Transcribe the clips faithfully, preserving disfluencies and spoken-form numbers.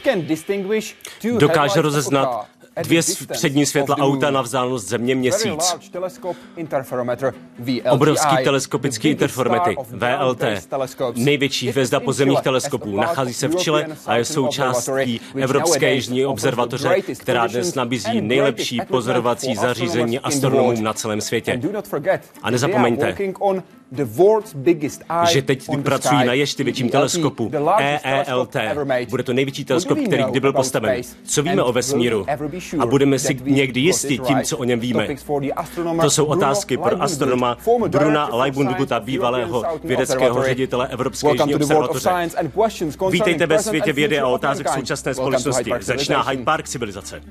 Dokáže rozeznat dvě přední světla auta na vzdálenost Země Měsíc. Obrovský teleskopický interferometr V L T, největší hvězda pozemních teleskopů, nachází se v Chile a je součástí Evropské jižní observatoře, která dnes nabízí nejlepší pozorovací zařízení astronomům na celém světě. A nezapomeňte, že teď pracují na ještě větším teleskopu E E L T. Bude to největší teleskop, který kdy byl postaven. Co víme o vesmíru? A budeme si někdy jistí tím, co o něm víme. To jsou otázky pro astronoma Bruna Leibundguta, bývalého vědeckého ředitele Evropské jižní observatoře. Vítejte ve světě vědy a otázek současné společnosti. Začíná Hyde Park civilizace.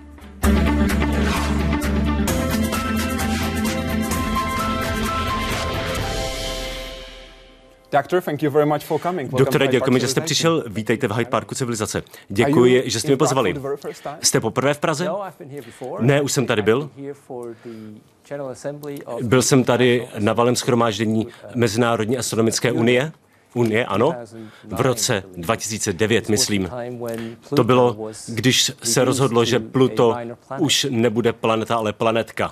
Doktore, děkujeme, že jste přišel. Vítejte v Hyde Parku civilizace. Děkuji, že jste mě pozvali. Jste poprvé v Praze? Ne, už jsem tady byl. Byl jsem tady na valném shromáždění Mezinárodní astronomické unie. Unie, ano, v roce dva tisíce devět, myslím. To bylo, když se rozhodlo, že Pluto už nebude planeta, ale planetka.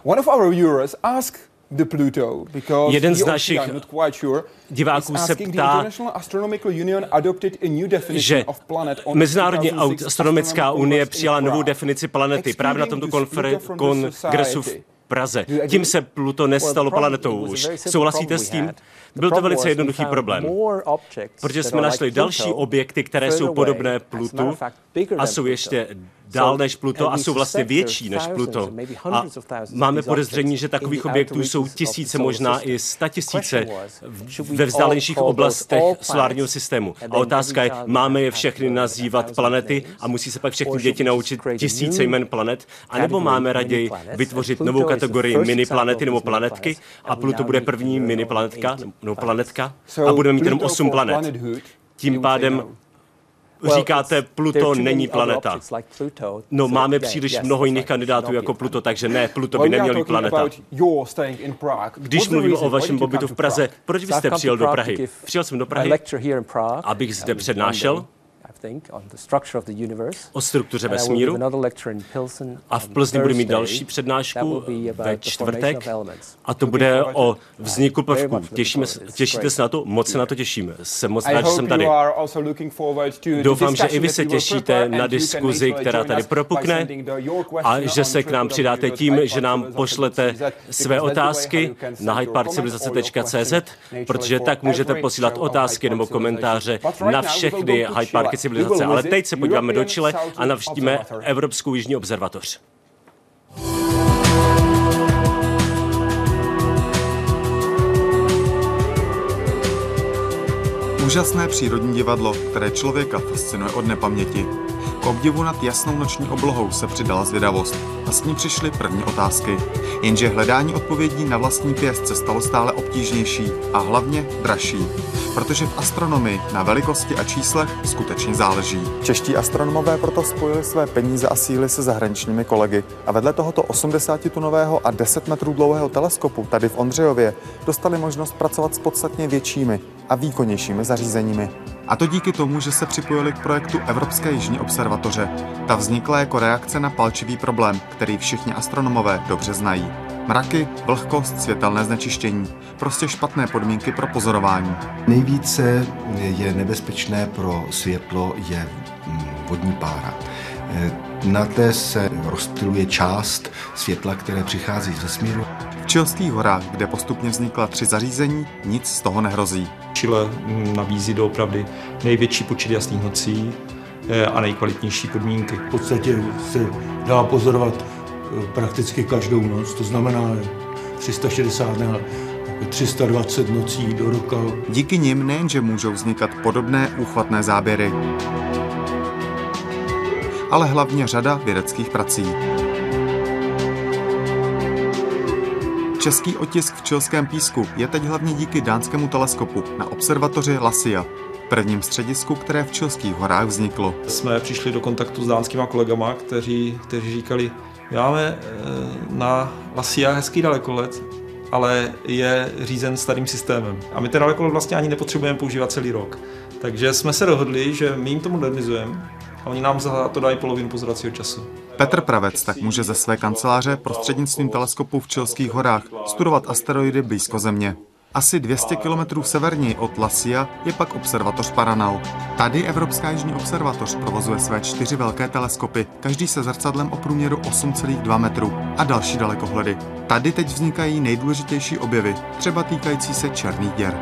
Jeden z našich diváků se ptá, že Mezinárodní astronomická unie přijala novou definici planety právě na tomto kongresu v Praze. Tím se Pluto nestalo planetou už. Souhlasíte s tím? Byl to velice jednoduchý problém, protože jsme našli další objekty, které jsou podobné Plutu a jsou ještě dál než Pluto a jsou vlastně větší než Pluto. A máme podezření, že takových objektů jsou tisíce, možná i statisíce ve vzdálenějších oblastech solárního systému. A otázka je, máme je všechny nazývat planety a musí se pak všechny děti naučit tisíce jmen planet, anebo máme raději vytvořit novou kategorii mini planety nebo planetky a Pluto bude první mini planetka nebo planetka a budeme mít jenom osm planet. Tím pádem říkáte, Pluto není planeta. No, máme příliš mnoho jiných kandidátů jako Pluto, takže ne, Pluto by neměl být planeta. Když mluvím o vašem pobytu v Praze, proč byste přijel do Prahy? Přijel jsem do Prahy, abych zde přednášel o struktuře vesmíru a v Plzni budu mít další přednášku ve čtvrtek a to bude o vzniku prvků. Těšíme, těšíte se na to? Moc se na to těším. Jsem moc rád, že jsem tady. Doufám, že i vy se těšíte na diskuzi, která tady propukne a že se k nám přidáte tím, že nám pošlete své otázky na hyde park civilizace tečka cé zet, protože tak můžete posílat otázky nebo komentáře na všechny Hyde Parky civilizace. Ale teď se podíváme do Chile a navštívíme Evropskou jižní observatoř. Úžasné přírodní divadlo, které člověka fascinuje od nepaměti. K obdivu nad jasnou noční oblohou se přidala zvědavost a s ní přišly první otázky. Jenže hledání odpovědí na vlastní pěst se stalo stále obtížnější a hlavně dražší. Protože v astronomii na velikosti a číslech skutečně záleží. Čeští astronomové proto spojili své peníze a síly se zahraničními kolegy a vedle tohoto osmdesátitunového a deset metrů dlouhého teleskopu tady v Ondřejově dostali možnost pracovat s podstatně většími a výkonnějšími zařízeními. A to díky tomu, že se připojili k projektu Evropské jižní observatoře. Ta vznikla jako reakce na palčivý problém, který všichni astronomové dobře znají. Mraky, vlhkost, světelné znečištění. Prostě špatné podmínky pro pozorování. Nejvíce je nebezpečné pro světlo je vodní pára. Na té se rozptyluje část světla, které přichází z vesmíru. V Chilských horách, kde postupně vznikla tři zařízení, nic z toho nehrozí. Chile nabízí doopravdy největší počet jasných nocí a nejkvalitnější podmínky. V podstatě se dá pozorovat prakticky každou noc, to znamená tři sta šedesát na tři sta dvacet nocí do roka. Díky nim nejenže můžou vznikat podobné úchvatné záběry, ale hlavně řada vědeckých prací. Český otisk v chilském písku je teď hlavně díky dánskému teleskopu na observatoři Lasia, prvním středisku, které v Chilských horách vzniklo. Jsme přišli do kontaktu s dánskýma kolegama, kteří, kteří říkali, máme na Lasia hezký dalekolet, ale je řízen starým systémem. A my ten dalekolet vlastně ani nepotřebujeme používat celý rok. Takže jsme se dohodli, že my jim to modernizujeme a oni nám za to dají polovinu pozorovacího času. Petr Pravec tak může ze své kanceláře prostřednictvím teleskopu v Chilských horách studovat asteroidy blízko Země. Asi dvě stě kilometrů severněji od La Silla je pak observatoř Paranal. Tady Evropská jižní observatoř provozuje své čtyři velké teleskopy, každý se zrcadlem o průměru osm celá dva metru a další dalekohledy. Tady teď vznikají nejdůležitější objevy, třeba týkající se černých děr.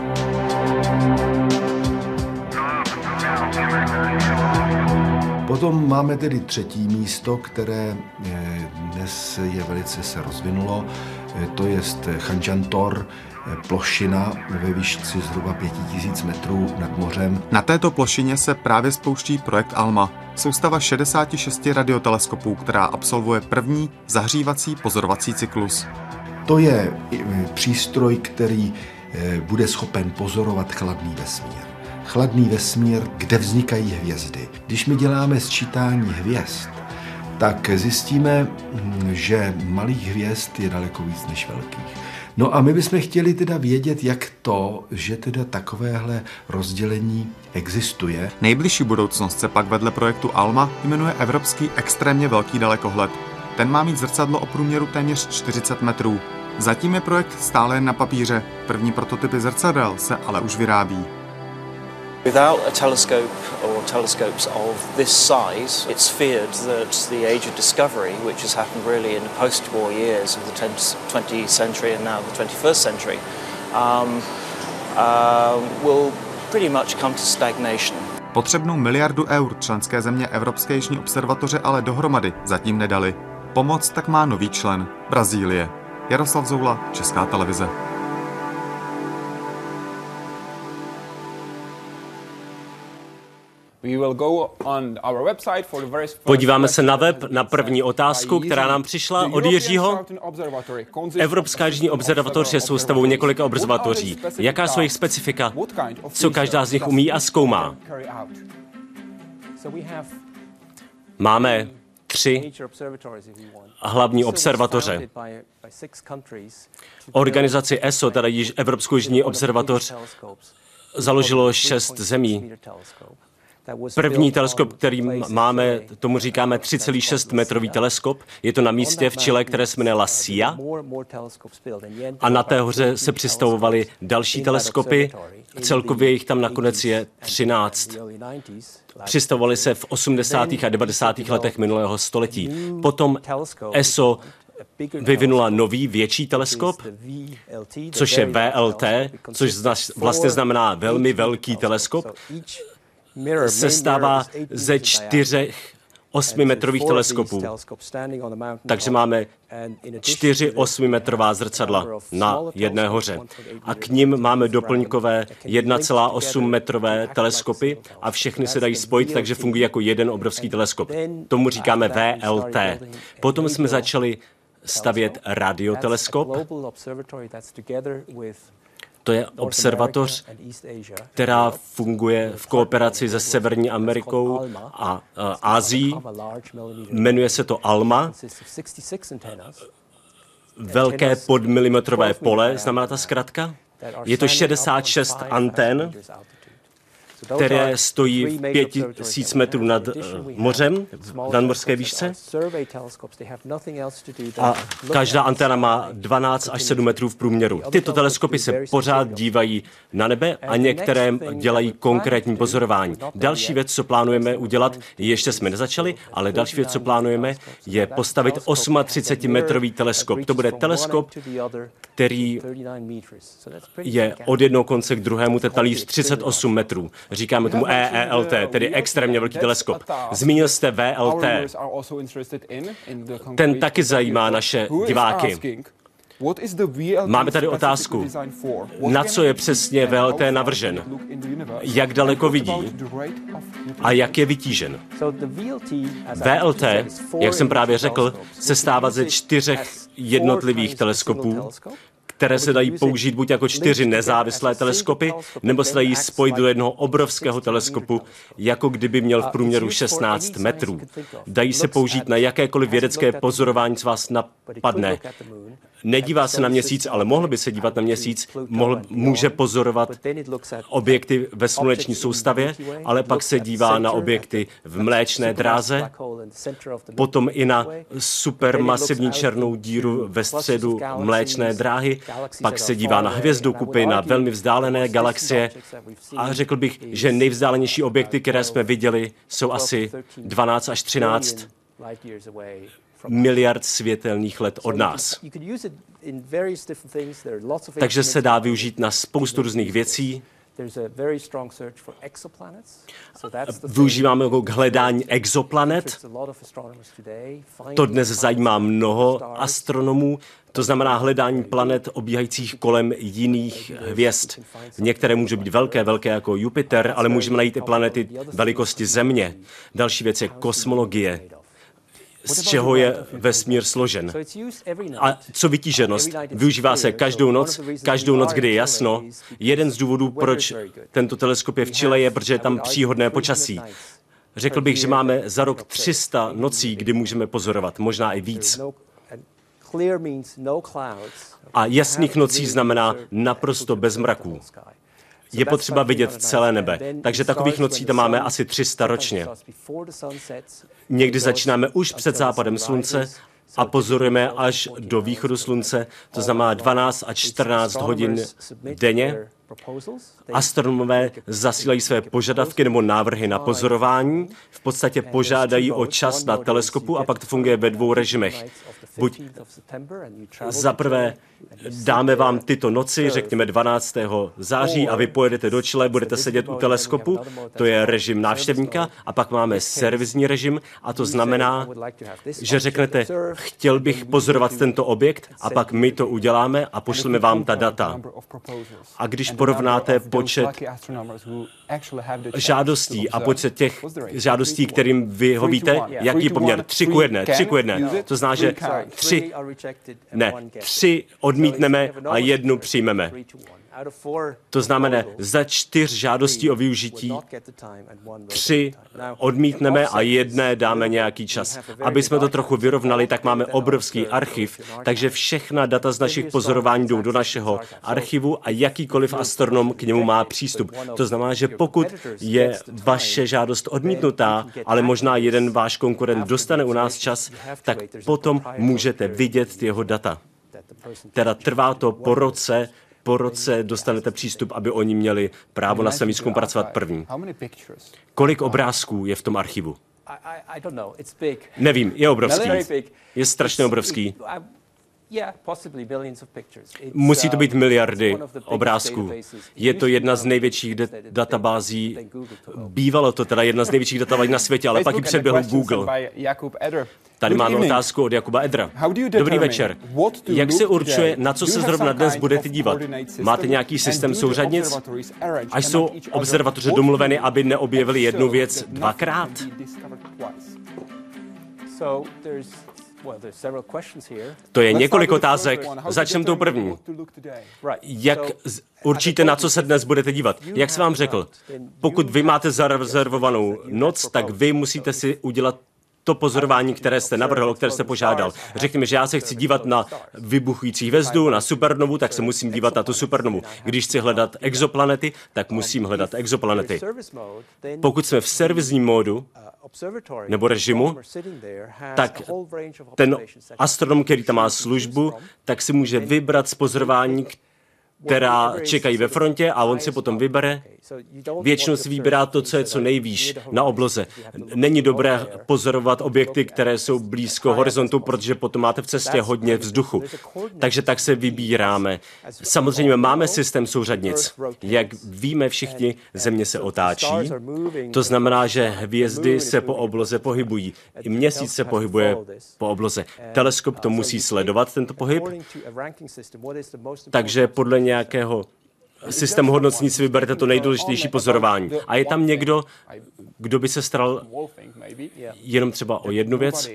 Potom máme tedy třetí místo, které dnes je velice se rozvinulo, to je Chanjantor, plošina ve výšce zhruba pět tisíc metrů nad mořem. Na této plošině se právě spouští projekt ALMA, soustava šedesáti šesti radioteleskopů, která absolvuje první zahřívací pozorovací cyklus. To je přístroj, který bude schopen pozorovat chladný vesmír. Chladný vesmír, kde vznikají hvězdy. Když my děláme sčítání hvězd, tak zjistíme, že malých hvězd je daleko víc než velkých. No a my bychom chtěli teda vědět, jak to, že teda takovéhle rozdělení existuje. Nejbližší budoucnost se pak vedle projektu ALMA jmenuje Evropský extrémně velký dalekohled. Ten má mít zrcadlo o průměru téměř čtyřicet metrů. Zatím je projekt stále jen na papíře. První prototypy zrcadel se ale už vyrábí. Without a telescope or telescopes of this size, it's feared that the age of discovery, which has happened really in the post-war years of the twentieth century and now the twenty-first century, um, uh, will pretty much come to stagnation. Potřebnou miliardu eur členské země Evropské jižní observatoře ale dohromady zatím nedali. Pomoc tak má nový člen – Brazílie. Jaroslav Zoula, Česká televize. Podíváme se na web na první otázku, která nám přišla od Jiřího. Evropská jižní observatoř je soustavou několika observatoří. Jaká jsou jejich specifika? Co každá z nich umí a zkoumá? Máme tři hlavní observatoře. Organizaci E S O, teda Evropskou jižní observatoř, založilo šest zemí. První teleskop, který máme, tomu říkáme tři celá šest metrový teleskop. Je to na místě v Chile, které se jmenuje La Silla. A na té hoře se přistavovaly další teleskopy. Celkově jich tam nakonec je třináct. Přistavovaly se v osmdesátých a devadesátých letech minulého století. Potom E S O vyvinula nový, větší teleskop, což je V L T, což vlastně znamená velmi velký teleskop. Se stává ze čtyřech osmimetrových teleskopů. Takže máme čtyři osmimetrová zrcadla na jedné hoře. A k nim máme doplňkové jedna celá osm metrové teleskopy a všechny se dají spojit, takže fungují jako jeden obrovský teleskop. Tomu říkáme V L T. Potom jsme začali stavět radioteleskop. To je observatoř, která funguje v kooperaci se Severní Amerikou a Asií. Jmenuje se to ALMA. Velké podmilimetrové pole, znamená ta zkratka. Je to šedesát šest antén, které stojí pět tisíc metrů nad mořem, v nadmořské výšce. A každá anténa má dvanáct až sedm metrů v průměru. Tyto teleskopy se pořád dívají na nebe a některé dělají konkrétní pozorování. Další věc, co plánujeme udělat, ještě jsme nezačali, ale další věc, co plánujeme, je postavit třicetiosmimetrový teleskop. To bude teleskop, který je od jednoho konce k druhému, ten talíř třicet osm metrů. Říkáme tomu E E L T, tedy extrémně velký teleskop. Zmínil jste V L T. Ten taky zajímá naše diváky. Máme tady otázku, na co je přesně V L T navržen, jak daleko vidí a jak je vytížen. V L T, jak jsem právě řekl, se stává ze čtyřech jednotlivých teleskopů, které se dají použít buď jako čtyři nezávislé teleskopy, nebo se dají spojit do jednoho obrovského teleskopu, jako kdyby měl v průměru šestnáct metrů. Dají se použít na jakékoliv vědecké pozorování, co vás napadne. nedívá se na měsíc, ale mohl by se dívat na měsíc, mohl, může pozorovat objekty ve sluneční soustavě, ale pak se dívá na objekty v Mléčné dráze, potom i na supermasivní černou díru ve středu Mléčné dráhy, pak se dívá na hvězdokupy, na velmi vzdálené galaxie a řekl bych, že nejvzdálenější objekty, které jsme viděli, jsou asi dvanáct až třináct miliard světelných let od nás. Takže se dá využít na spoustu různých věcí. Využíváme ho k hledání exoplanet. To dnes zajímá mnoho astronomů. To znamená hledání planet obíhajících kolem jiných hvězd. Některé můžou být velké, velké jako Jupiter, ale můžeme najít i planety velikosti Země. Další věc je kosmologie, z čeho je vesmír složen. A co vytíženost? Využívá se každou noc, každou noc, kdy je jasno. Jeden z důvodů, proč tento teleskop je v Chile, je, protože je tam příhodné počasí. Řekl bych, že máme za rok tři sta nocí, kdy můžeme pozorovat, možná i víc. A jasných nocí znamená naprosto bez mraků. Je potřeba vidět celé nebe. Takže takových nocí tam máme asi tři sta ročně. Někdy začínáme už před západem slunce a pozorujeme až do východu slunce, to znamená dvanáct až čtrnáct hodin denně. Astronomové zasílají své požadavky nebo návrhy na pozorování, v podstatě požádají o čas na teleskopu a pak to funguje ve dvou režimech. Buď za prvé dáme vám tyto noci, řekněme dvanáctého září a vy pojedete do Chile, budete sedět u teleskopu, to je režim návštěvníka, a pak máme servisní režim a to znamená, že řeknete, chtěl bych pozorovat tento objekt a pak my to uděláme a pošleme vám ta data. A když porovnáte počet žádostí a počet těch žádostí, kterým vyhovíte, jaký je poměr? Tři ku jedné, tři ku jedné. To znamená, že tři, ne, tři odmítneme a jednu přijmeme. To znamená, za čtyř žádostí o využití tři odmítneme a jedné dáme nějaký čas. Aby jsme to trochu vyrovnali, tak máme obrovský archiv, takže všechna data z našich pozorování jdou do našeho archivu a jakýkoliv astronom k němu má přístup. To znamená, že pokud je vaše žádost odmítnutá, ale možná jeden váš konkurent dostane u nás čas, tak potom můžete vidět jeho data. Teda trvá to po roce, po roce dostanete přístup, aby oni měli právo na svém výzkumu pracovat první. Kolik obrázků je v tom archivu? Nevím, je obrovský. Je strašně obrovský. Musí to být miliardy obrázků. Je to jedna z největších databází. Bývalo to teda jedna z největších databází na světě, ale pak ji předběhl Google. Tady máme otázku od Jakuba Edra. Dobrý večer. Jak se určuje, na co se zrovna dnes budete dívat? Máte nějaký systém souřadnic? A jsou observatoře domluveny, aby neobjevili jednu věc dvakrát? To je několik otázek. Začneme tou první. Jak určíte, na co se dnes budete dívat? Jak jsem vám řekl, pokud vy máte zarezervovanou noc, tak vy musíte si udělat to pozorování, které jste navrhl, o které jste požádal. Řekněme, že já se chci dívat na vybuchující hvězdu, na supernovu, tak se musím dívat na tu supernovu. Když chci hledat exoplanety, tak musím hledat exoplanety. Pokud jsme v servisním módu nebo režimu, tak ten astronom, který tam má službu, tak si může vybrat z pozorování, která čekají ve frontě a on si potom vybere. Většinou si vybírá to, co je co nejvýš na obloze. Není dobré pozorovat objekty, které jsou blízko horizontu, protože potom máte v cestě hodně vzduchu. Takže tak se vybíráme. Samozřejmě máme systém souřadnic. Jak víme všichni, Země se otáčí. To znamená, že hvězdy se po obloze pohybují. I Měsíc se pohybuje po obloze. Teleskop to musí sledovat, tento pohyb. Takže podle nějakého systému hodnocení si vyberete to nejdůležitější pozorování. A je tam někdo, kdo by se staral jenom třeba o jednu věc?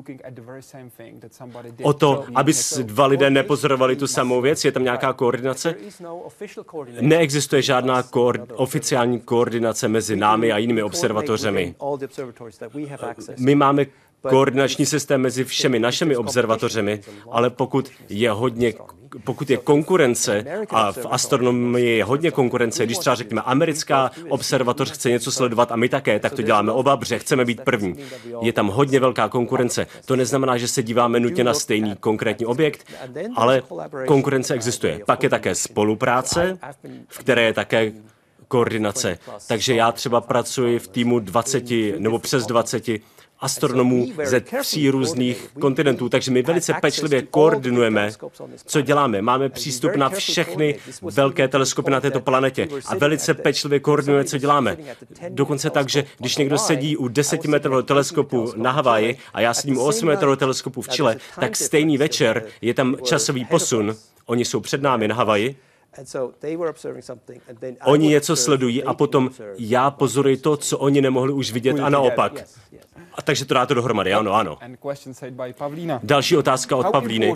O to, aby dva lidé nepozorovali tu samou věc? Je tam nějaká koordinace? Neexistuje žádná koor- oficiální koordinace mezi námi a jinými observatořemi. My máme koordinační systém mezi všemi našimi observatořemi, ale pokud je hodně pokud je konkurence, a v astronomii je hodně konkurence, když třeba řekněme americká observatoř chce něco sledovat a my také, tak to děláme oba, protože chceme být první. Je tam hodně velká konkurence. To neznamená, že se díváme nutně na stejný konkrétní objekt, ale konkurence existuje. Pak je také spolupráce, v které je také koordinace. Takže já třeba pracuji v týmu dvaceti nebo přes dvaceti astronomů ze tří různých kontinentů, takže my velice pečlivě koordinujeme, co děláme. Máme přístup na všechny velké teleskopy na této planetě a velice pečlivě koordinujeme, co děláme. Dokonce tak, že když někdo sedí u desetimetrového teleskopu na Havaji a já sedím u osmimetrového teleskopu v Chile, tak stejný večer je tam časový posun. Oni jsou před námi na Havaji. Oni něco sledují a potom já pozoruji to, co oni nemohli už vidět a naopak. A takže to dáte dohromady, ano, ano. Další otázka od Pavlíny.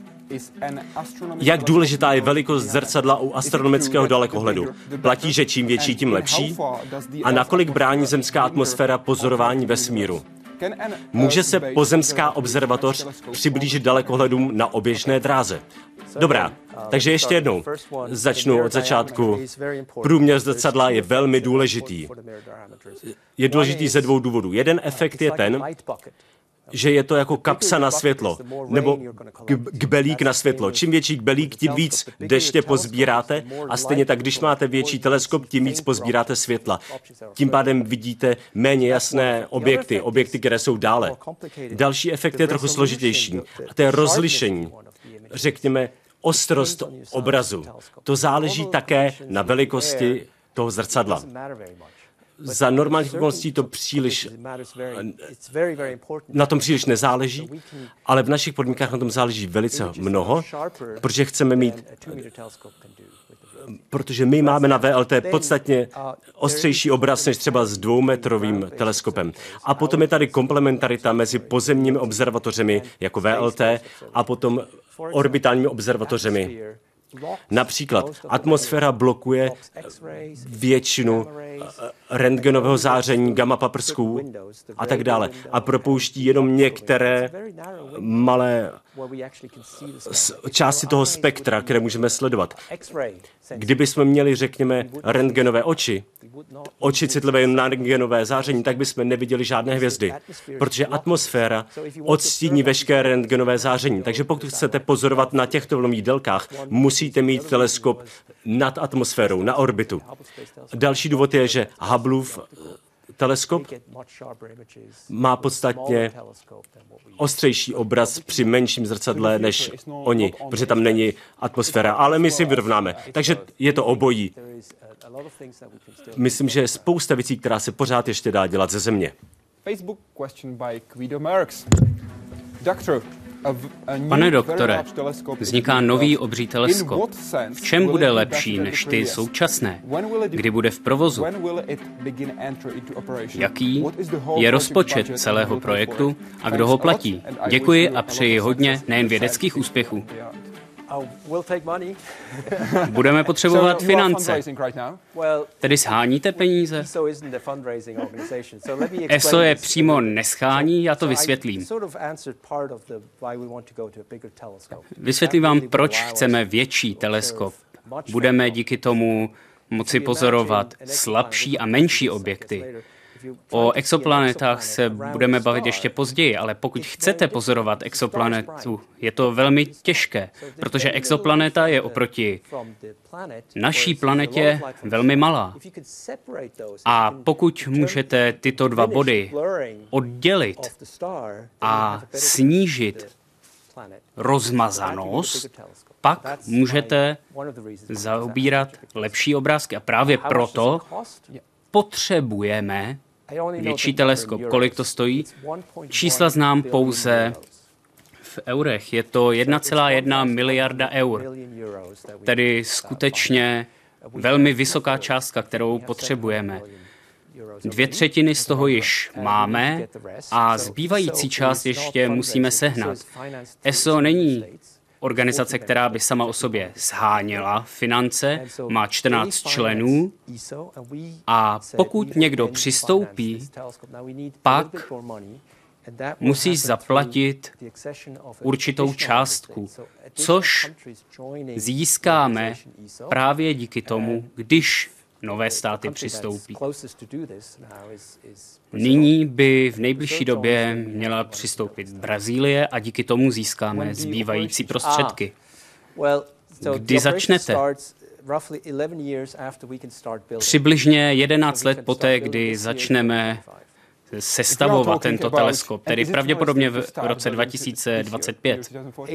Jak důležitá je velikost zrcadla u astronomického dalekohledu? Platí, že čím větší, tím lepší? A nakolik brání zemská atmosféra pozorování vesmíru? Může se pozemská observatoř přiblížit dalekohledům na oběžné dráze? Dobrá, takže ještě jednou. Začnu od začátku. Průměr zrcadla je velmi důležitý. Je důležitý ze dvou důvodů. Jeden efekt je ten, že je to jako kapsa na světlo, nebo kbelík na světlo. Čím větší kbelík, tím víc deště pozbíráte a stejně tak, když máte větší teleskop, tím víc pozbíráte světla. Tím pádem vidíte méně jasné objekty, objekty, které jsou dále. Další efekt je trochu složitější a to je rozlišení. Řekněme, ostrost obrazu. To záleží také na velikosti toho zrcadla. Za normálních okolností to příliš, na tom příliš nezáleží, ale v našich podmínkách na tom záleží velice mnoho, protože chceme mít, protože my máme na V L T podstatně ostřejší obraz než třeba s dvoumetrovým teleskopem. A potom je tady komplementarita mezi pozemními observatořemi jako V L T a potom orbitálními observatořemi. Například atmosféra blokuje většinu rentgenového záření, gamma paprsků a tak dále a propouští jenom některé malé části toho spektra, které můžeme sledovat. Kdybychom měli, řekněme, rentgenové oči, oči citlivé jen na rentgenové záření, tak bychom neviděli žádné hvězdy, protože atmosféra odstíní veškeré rentgenové záření. Takže pokud chcete pozorovat na těchto vlnových délkách, musíte mít teleskop nad atmosférou, na orbitu. Další důvod je, že Hubbleův teleskop má podstatně ostřejší obraz při menším zrcadle než oni, protože tam není atmosféra, ale my si vyrovnáme. Takže je to obojí. Myslím, že je spousta věcí, která se pořád ještě dá dělat ze Země. Facebook question by Guido Merckx. Doctor, Pane doktore, vzniká nový obří teleskop. V čem bude lepší než ty současné? Kdy bude v provozu? Jaký je rozpočet celého projektu a kdo ho platí? Děkuji a přeji hodně nejen vědeckých úspěchů. Budeme potřebovat finance. Tedy sháníte peníze? E S O je přímo neschání, já to vysvětlím. Vysvětlím vám, proč chceme větší teleskop. Budeme díky tomu moci pozorovat slabší a menší objekty. O exoplanetách se budeme bavit ještě později, ale pokud chcete pozorovat exoplanetu, je to velmi těžké, protože exoplaneta je oproti naší planetě velmi malá. A pokud můžete tyto dva body oddělit a snížit rozmazanost, pak můžete zaobírat lepší obrázky. A právě proto potřebujeme větší teleskop. Kolik to stojí? Čísla znám pouze v eurech. Je to jedna celá jedna miliarda eur. Tedy skutečně velmi vysoká částka, kterou potřebujeme. Dvě třetiny z toho již máme a zbývající část ještě musíme sehnat. E S O není organizace, která by sama o sobě sháněla finance, má čtrnáct členů a pokud někdo přistoupí, pak musí zaplatit určitou částku, což získáme právě díky tomu, když nové státy přistoupí. Nyní by v nejbližší době měla přistoupit Brazílie a díky tomu získáme zbývající prostředky. Kdy začnete? Přibližně jedenáct let poté, kdy začneme sestavovat tento teleskop, tedy pravděpodobně v roce dva tisíce dvacet pět.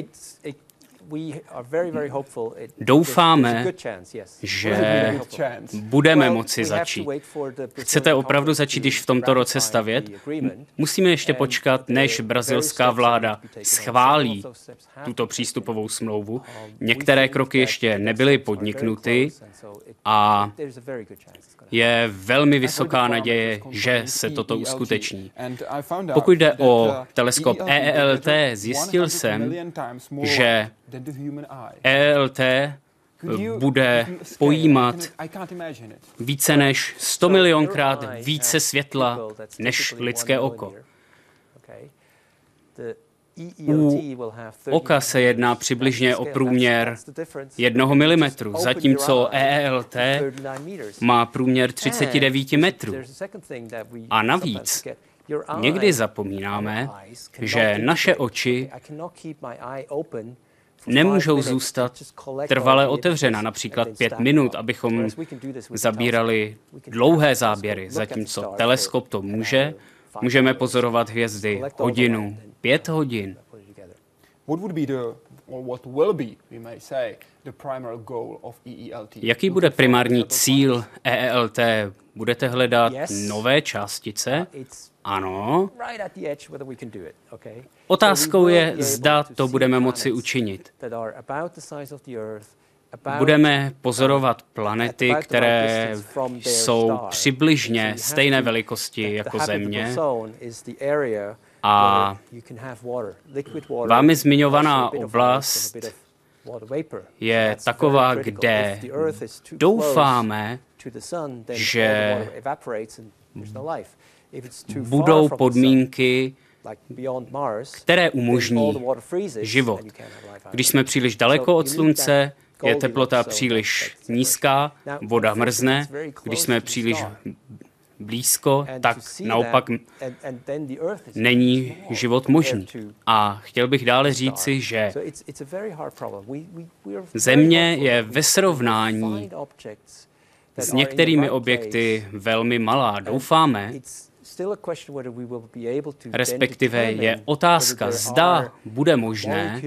Doufáme, že budeme moci začít. Chcete opravdu začít již v tomto roce stavět? Musíme ještě počkat, než brazilská vláda schválí tuto přístupovou smlouvu. Některé kroky ještě nebyly podniknuty a je velmi vysoká naděje, že se toto uskuteční. Pokud jde o teleskop E E L T, zjistil jsem, že E E L T bude pojímat více než sto milionkrát více světla než lidské oko. U oka se jedná přibližně o průměr jednoho milimetru, zatímco E E L T má průměr třicet devět metrů. A navíc někdy zapomínáme, že naše oči nemůžou zůstat trvale otevřena, například pět minut, abychom zabírali dlouhé záběry, zatímco teleskop to může. Můžeme pozorovat hvězdy hodinu, pět hodin. Jaký bude primární cíl E E L T? Budete hledat nové částice? Ano. Otázkou je, zda to budeme moci učinit. Budeme pozorovat planety, které jsou přibližně stejné velikosti jako Země a vámi zmiňovaná oblast je taková, kde doufáme, že budou podmínky, které umožní život. Když jsme příliš daleko od Slunce, je teplota příliš nízká, voda mrzne. Když jsme příliš blízko, tak naopak není život možný. A chtěl bych dále říci, že Země je ve srovnání s některými objekty velmi malá. Doufáme, respektive je otázka, zda bude možné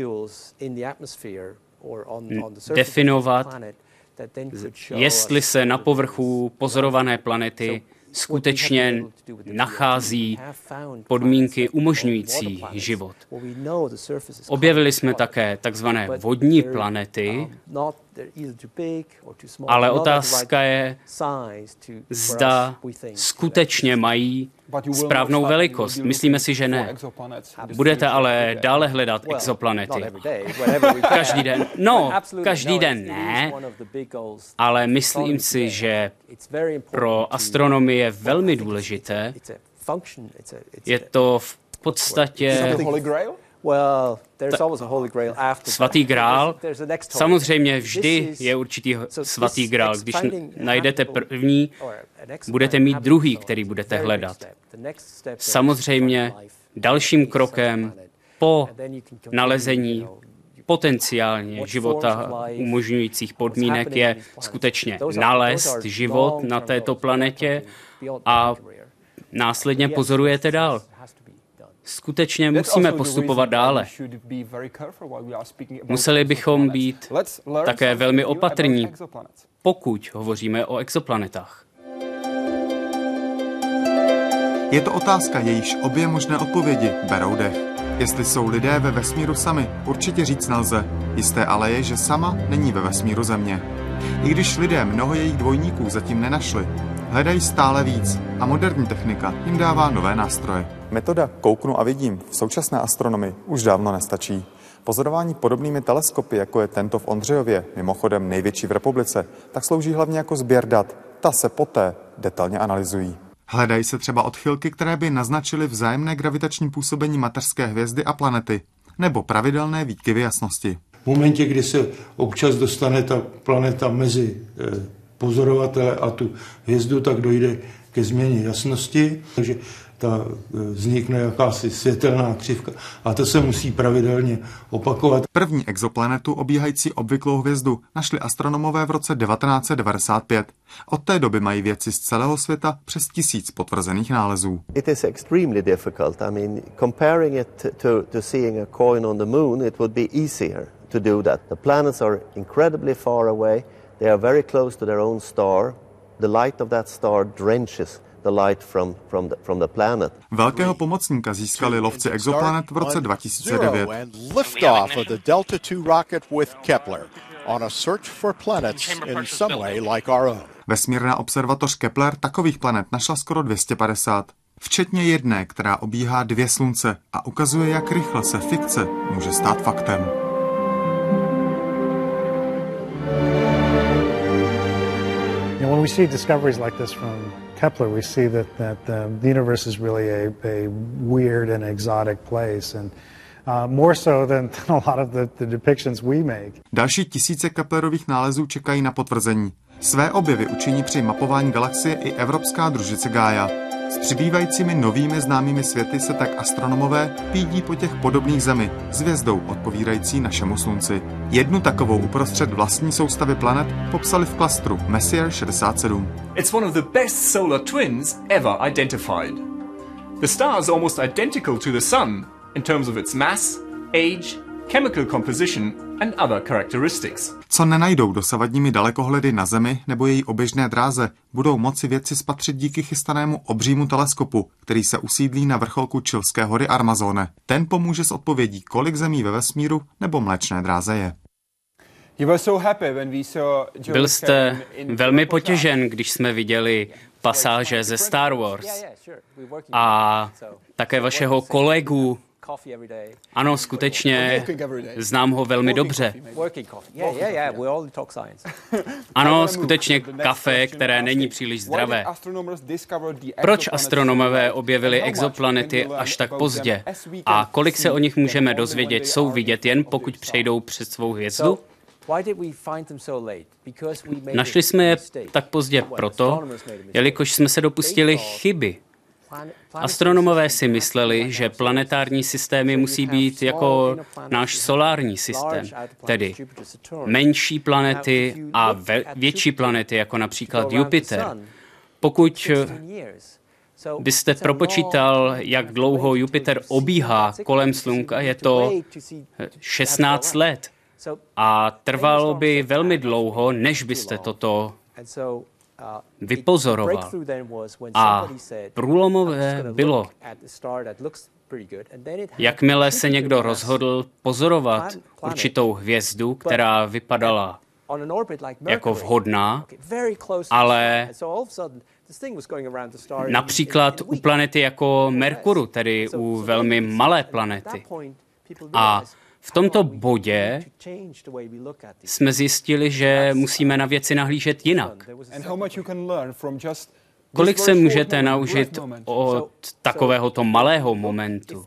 definovat, jestli se na povrchu pozorované planety skutečně nachází podmínky umožňující život. Objevili jsme také takzvané vodní planety, ale otázka je, zda skutečně mají správnou velikost. Myslíme si, že ne. Budete ale dále hledat exoplanety. Každý den. No, každý den ne, ale myslím si, že pro astronomii je velmi důležité. Je to v podstatě svatý grál. Samozřejmě vždy je určitý svatý grál. Když najdete první, budete mít druhý, který budete hledat. Samozřejmě dalším krokem po nalezení potenciálně života umožňujících podmínek je skutečně nalézt život na této planetě a následně pozorujete dál. Skutečně musíme postupovat dále. Museli bychom být také velmi opatrní, pokud hovoříme o exoplanetách. Je to otázka, jejíž obě možné odpovědi berou dech. Jestli jsou lidé ve vesmíru sami, určitě říct nelze. Jisté ale je, že sama není ve vesmíru Země. I když lidé mnoho jejich dvojníků zatím nenašli, hledají stále víc a moderní technika jim dává nové nástroje. Metoda kouknu a vidím v současné astronomii už dávno nestačí. Pozorování podobnými teleskopy, jako je tento v Ondřejově, mimochodem největší v republice, tak slouží hlavně jako sběr dat. Ta se poté detailně analyzují. Hledají se třeba odchylky, které by naznačily vzájemné gravitační působení mateřské hvězdy a planety, nebo pravidelné výkyvy jasnosti. V momentě, kdy se občas dostane ta planeta mezi pozorovatele a tu hvězdu, tak dojde ke změně jasnosti, takže ta vznikne jakási světelná křivka a to se musí pravidelně opakovat. První exoplanetu obíhající obvyklou hvězdu našli astronomové v roce devatenáct set devadesát pět. Od té doby mají vědci z celého světa přes tisíc potvrzených nálezů. It is extremely difficult. I mean, comparing it to, to seeing a coin on the moon, it would be easier to do that. The planets are incredibly far away. They are very close to their own star. The light of that star drenches the light from, from, the, from the planet. Velkého pomocníka získali lovci exoplanet v roce dva tisíce devět. Liftoff of the Delta two rocket with Kepler on a search for planets in some way like our own. Vesmírná observatoř Kepler takových planet našla skoro dvě stě padesát, včetně jedné, která obíhá dvě slunce a ukazuje, jak rychle se fikce může stát faktem. When we see discoveries like this from Kepler, we see that, that um, the universe is really a, a weird and exotic place, and uh, more so than, than a lot of the, the depictions we make. Další tisíce Keplerových nálezů čekají na potvrzení. Své objevy učiní při mapování galaxie i evropská družice Gaia. S přibývajícími novými známými světy se tak astronomové pídí po těch podobných Zemi s hvězdou odpovídající našemu Slunci. Jednu takovou uprostřed vlastní soustavy planet popsali v klastru Messier šedesát sedm. It's one of the best solar twins ever identified. The star is almost identical to the Sun in terms of its mass, age, chemical composition and other characteristics. Co nenajdou dosavadními dalekohledy na Zemi nebo její oběžné dráze, budou moci vědci spatřit díky chystanému obřímu teleskopu, který se usídlí na vrcholku Chilské hory Armazone. Ten pomůže s odpovědí, kolik zemí ve vesmíru nebo Mléčné dráze je. Byl jste velmi potěšen, když jsme viděli pasáže ze Star Wars a také vašeho kolegu. Ano, skutečně, znám ho velmi dobře. Ano, skutečně kafe, které není příliš zdravé. Proč astronomové objevili exoplanety až tak pozdě? A kolik se o nich můžeme dozvědět, jsou vidět jen pokud přejdou přes svou hvězdu? Našli jsme je tak pozdě proto, jelikož jsme se dopustili chyby. Astronomové si mysleli, že planetární systémy musí být jako náš solární systém, tedy menší planety a větší planety, jako například Jupiter. Pokud byste propočítal, jak dlouho Jupiter obíhá kolem Slunka, je to šestnáct let. A trvalo by velmi dlouho, než byste toto vypozoroval. A průlomové bylo, jakmile se někdo rozhodl pozorovat určitou hvězdu, která vypadala jako vhodná, ale například u planety jako Merkuru, tedy u velmi malé planety. A v tomto bodě jsme zjistili, že musíme na věci nahlížet jinak. Kolik se můžete naučit od takovéhoto malého momentu?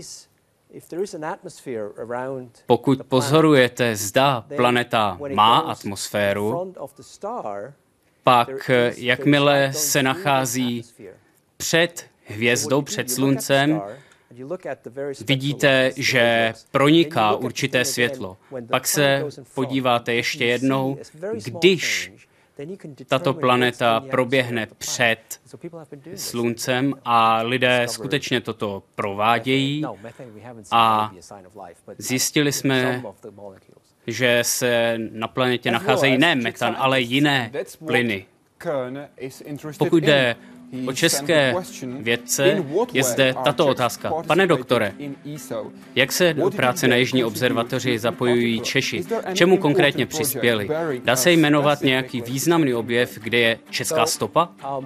Pokud pozorujete, zda planeta má atmosféru, pak jakmile se nachází před hvězdou, před Sluncem, vidíte, že proniká určité světlo. Pak se podíváte ještě jednou, když tato planeta proběhne před Sluncem a lidé skutečně toto provádějí a zjistili jsme, že se na planetě nacházejí ne metan, ale jiné plyny. Pokud jde o české vědce, je zde tato otázka. Pane doktore, jak se do práce na Jižní observatoři zapojují Češi? K čemu konkrétně přispěli? Dá se jmenovat nějaký významný objev, kde je česká stopa?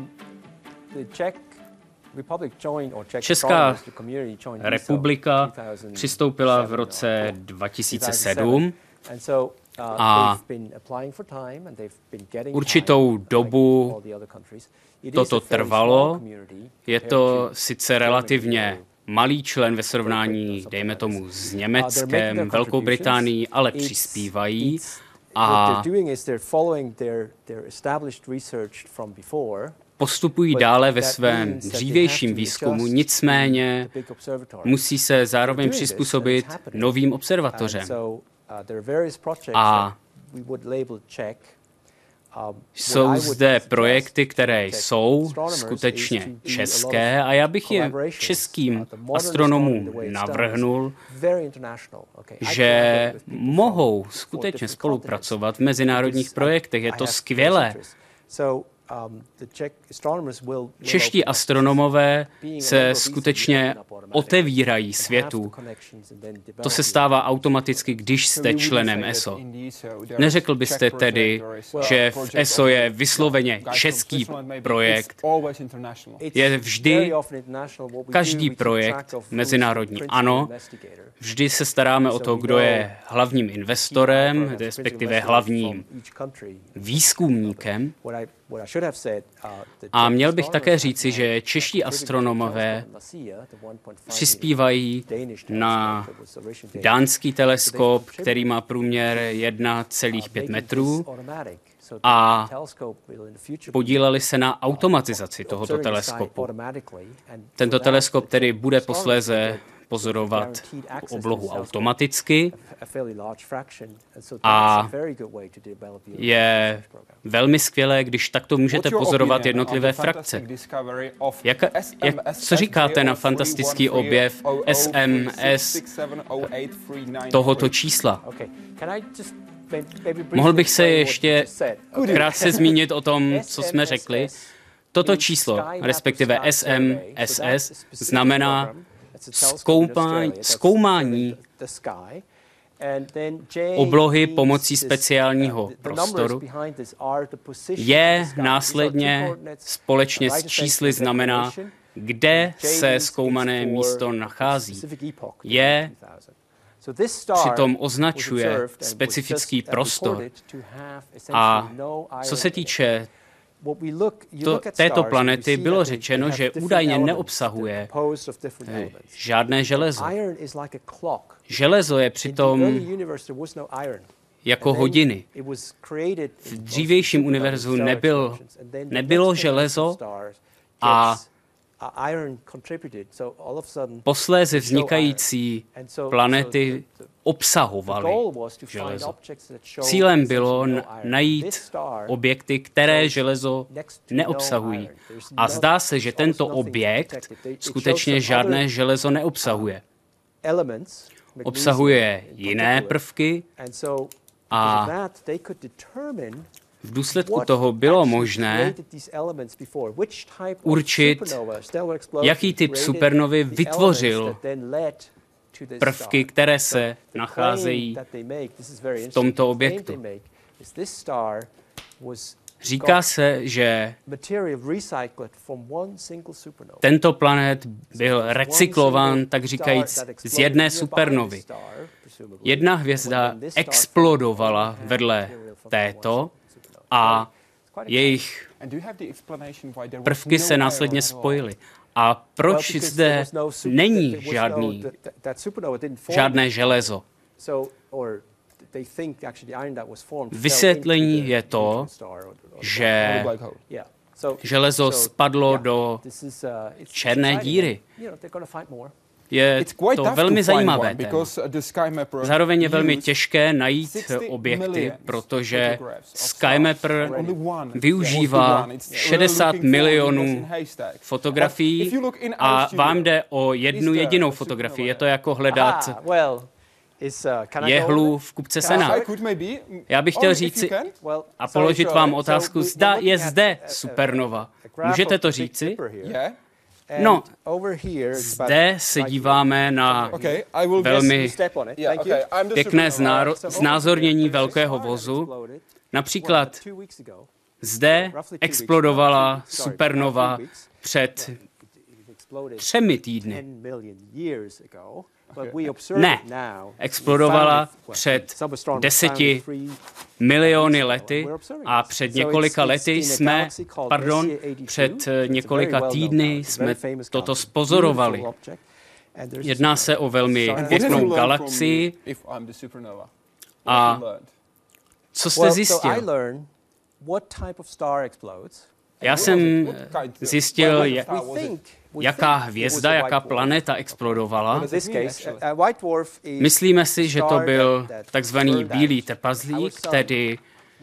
Česká republika přistoupila v roce dva tisíce sedm A určitou dobu toto trvalo. Je to sice relativně malý člen ve srovnání, dejme tomu, s Německem, Velkou Británií, ale přispívají. A postupují dále ve svém dřívějším výzkumu, nicméně musí se zároveň přizpůsobit novým observatořem. A jsou zde projekty, které jsou skutečně české a já bych je českým astronomům navrhnul, že mohou skutečně spolupracovat v mezinárodních projektech. Je to skvělé. Čeští astronomové se skutečně otevírají světu. To se stává automaticky, když jste členem E S O. Neřekl byste tedy, že v E S O je vysloveně český projekt. Je vždy každý projekt mezinárodní. Ano, vždy se staráme o to, kdo je hlavním investorem, respektive hlavním výzkumníkem. A měl bych také říci, že čeští astronomové přispívají na dánský teleskop, který má průměr jedna celá pět metrů a podíleli se na automatizaci tohoto teleskopu. Tento teleskop tedy bude posléze pozorovat oblohu automaticky a je velmi skvělé, když takto můžete pozorovat jednotlivé frakce. Jak, jak, co říkáte na fantastický objev S M S tohoto čísla? Mohl bych se ještě krátce zmínit o tom, co jsme řekli. Toto číslo, respektive S M S S, znamená Zkoumání, zkoumání oblohy pomocí speciálního prostoru je následně společně s čísly znamená, kde se zkoumané místo nachází. Je přitom označuje specifický prostor. A co se týče To, této planety bylo řečeno, že údajně neobsahuje žádné železo. Železo je přitom jako hodiny. V dřívějším univerzu nebyl, nebylo železo a posléze vznikající planety obsahovaly železo. Cílem bylo najít objekty, které železo neobsahují. A zdá se, že tento objekt skutečně žádné železo neobsahuje. Obsahuje jiné prvky a v důsledku toho bylo možné určit, jaký typ supernovy vytvořil prvky, které se nacházejí v tomto objektu. Říká se, že tento planet byl recyklován, tak říkajíc, z jedné supernovy. Jedna hvězda explodovala vedle této a jejich prvky se následně spojily. A proč zde není žádný, žádné železo? Vysvětlení je to, že železo spadlo do černé díry. Je to velmi zajímavé téma. Zároveň je velmi těžké najít objekty, protože SkyMapper využívá šedesát milionů fotografií a vám jde o jednu jedinou fotografii. Je to jako hledat jehlu v kupce sena. Já bych chtěl říci a položit vám otázku, zda je zde supernova. Můžete to říci? No, zde se díváme na velmi pěkné znázornění velkého vozu. Například zde explodovala supernova před třemi týdny. Ne, explodovala před deseti miliony lety a před několika lety jsme, pardon, před několika týdny jsme toto spozorovali. Jedná se o velmi pěknou galaxii. A co jste zjistil? Já jsem zjistil, jaká hvězda, jaká planeta explodovala. Myslíme si, že to byl takzvaný bílý trpaslík, tedy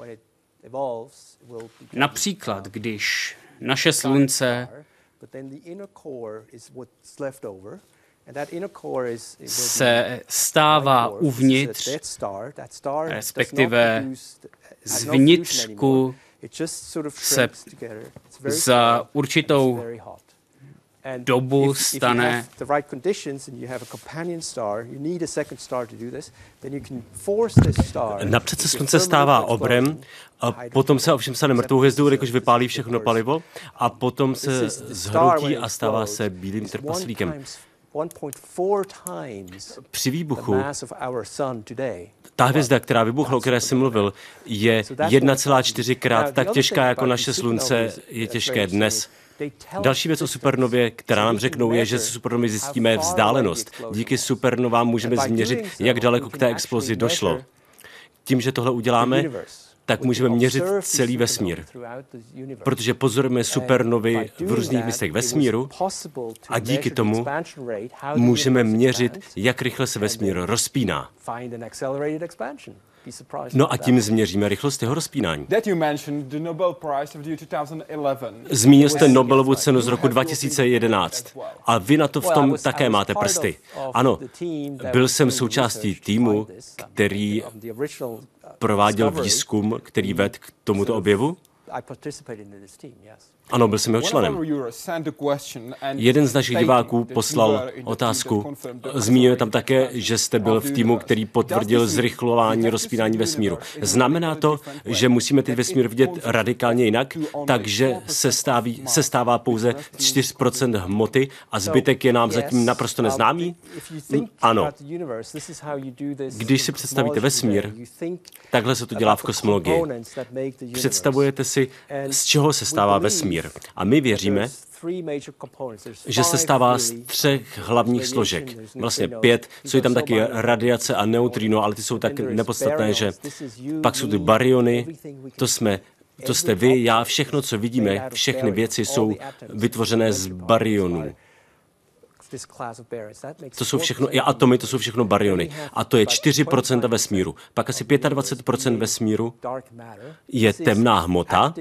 například, když naše slunce se stává uvnitř, respektive zvnitřku se za určitou dobu stane napřed se slunce stává obrem, a potom se ovšem stane mrtvou hvězdou, když vypálí všechno palivo, a potom se zhroutí a stává se bílým trpaslíkem. Při výbuchu ta hvězda, která vybuchla, o které jsem mluvil, je jedna celá čtyři krát tak těžká, jako naše slunce je těžké dnes. Další věc o supernově, která nám řeknou, je, že se supernovy zjistíme vzdálenost. Díky supernovám můžeme změřit, jak daleko k té explozi došlo. Tím, že tohle uděláme, tak můžeme měřit celý vesmír. Protože pozorujeme supernovy v různých místech vesmíru a díky tomu můžeme měřit, jak rychle se vesmír rozpíná. No a tím změříme rychlost jeho rozpínání. Zmínil jste Nobelovu cenu z roku dva tisíce jedenáct a vy na to v tom také máte prsty. Ano, byl jsem součástí týmu, který prováděl výzkum, který vedl k tomuto objevu. Ano, byl jsem jeho členem. Jeden z našich diváků poslal otázku. Zmínil tam také, že jste byl v týmu, který potvrdil zrychlování rozpínání vesmíru. Znamená to, že musíme teď vesmír vidět radikálně jinak, takže se, stáví, se stává pouze čtyři procenta hmoty a zbytek je nám zatím naprosto neznámý? Ano. Když si představíte vesmír, takhle se to dělá v kosmologii. Představujete si, z čeho se stává vesmír. A my věříme, že se stává z třech hlavních složek. Vlastně pět, jsou tam taky radiace a neutrino, ale ty jsou tak nepodstatné, že pak jsou ty baryony, to jsme to jste vy, já, všechno, co vidíme, všechny věci jsou vytvořené z baryonů. To jsou všechno, i atomy, to jsou všechno baryony. A to je čtyři procenta vesmíru. Pak asi dvacet pět procent vesmíru je temná hmota.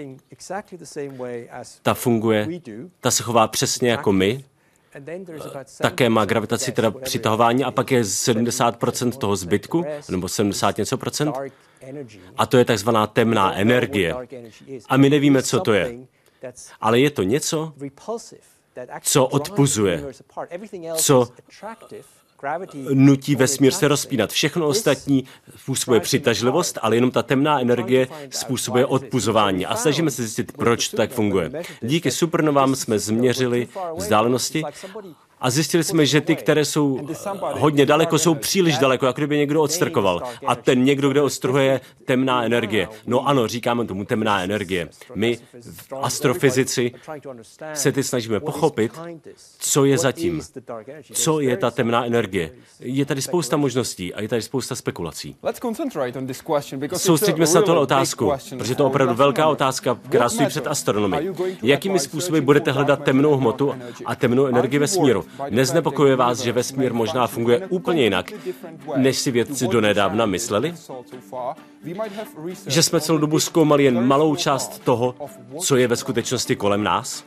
Ta funguje, ta se chová přesně jako my. Také má gravitaci, teda přitahování, a pak je sedmdesát procent toho zbytku, nebo sedmdesát něco procent. A to je takzvaná temná energie. A my nevíme, co to je. Ale je to něco, co odpuzuje, co nutí vesmír se rozpínat. Všechno ostatní způsobuje přitažlivost, ale jenom ta temná energie způsobuje odpuzování. A snažíme se zjistit, proč to tak funguje. Díky supernovám jsme změřili vzdálenosti a zjistili jsme, že ty, které jsou hodně daleko, jsou příliš daleko, jako kdyby někdo odstrkoval. A ten někdo, kdo odstrhuje, je temná energie. No ano, říkáme tomu temná energie. My, astrofyzici, se teď snažíme pochopit, co je zatím. Co je ta temná energie. Je tady spousta možností a je tady spousta spekulací. Soustředíme se na tuhle otázku, protože to je opravdu velká otázka, která stojí před astronomy. Jakými způsoby budete hledat temnou hmotu a temnou energii vesmíru? Neznepokojuje vás, že vesmír možná funguje úplně jinak, než si vědci donedávna mysleli? Že jsme celou dobu zkoumali jen malou část toho, co je ve skutečnosti kolem nás?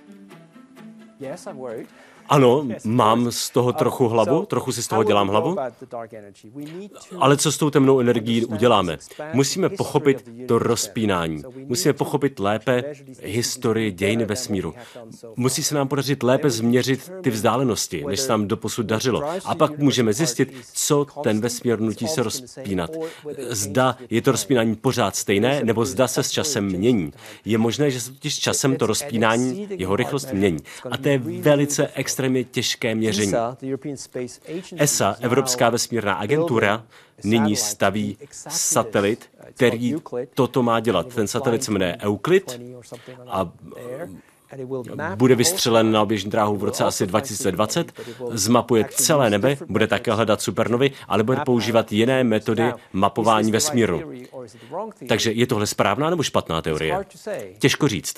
Ano, mám z toho trochu hlavu, trochu si z toho dělám hlavu. Ale co s tou temnou energií uděláme? Musíme pochopit to rozpínání. Musíme pochopit lépe historii dějiny vesmíru. Musí se nám podařit lépe změřit ty vzdálenosti, než se nám doposud dařilo. A pak můžeme zjistit, co ten vesmír nutí se rozpínat. Zda je to rozpínání pořád stejné, nebo zda se s časem mění. Je možné, že se totiž časem to rozpínání, jeho rychlost mění. A to je velice extrémní. extrémně těžké měření. E S A, Evropská vesmírná agentura, nyní staví satelit, který toto má dělat. Ten satelit se jmenuje Euclid a bude vystřelen na oběžní dráhu v roce asi dva tisíce dvacet, zmapuje celé nebe, bude také hledat supernovy, ale bude používat jiné metody mapování vesmíru. Takže je tohle správná nebo špatná teorie? Těžko říct.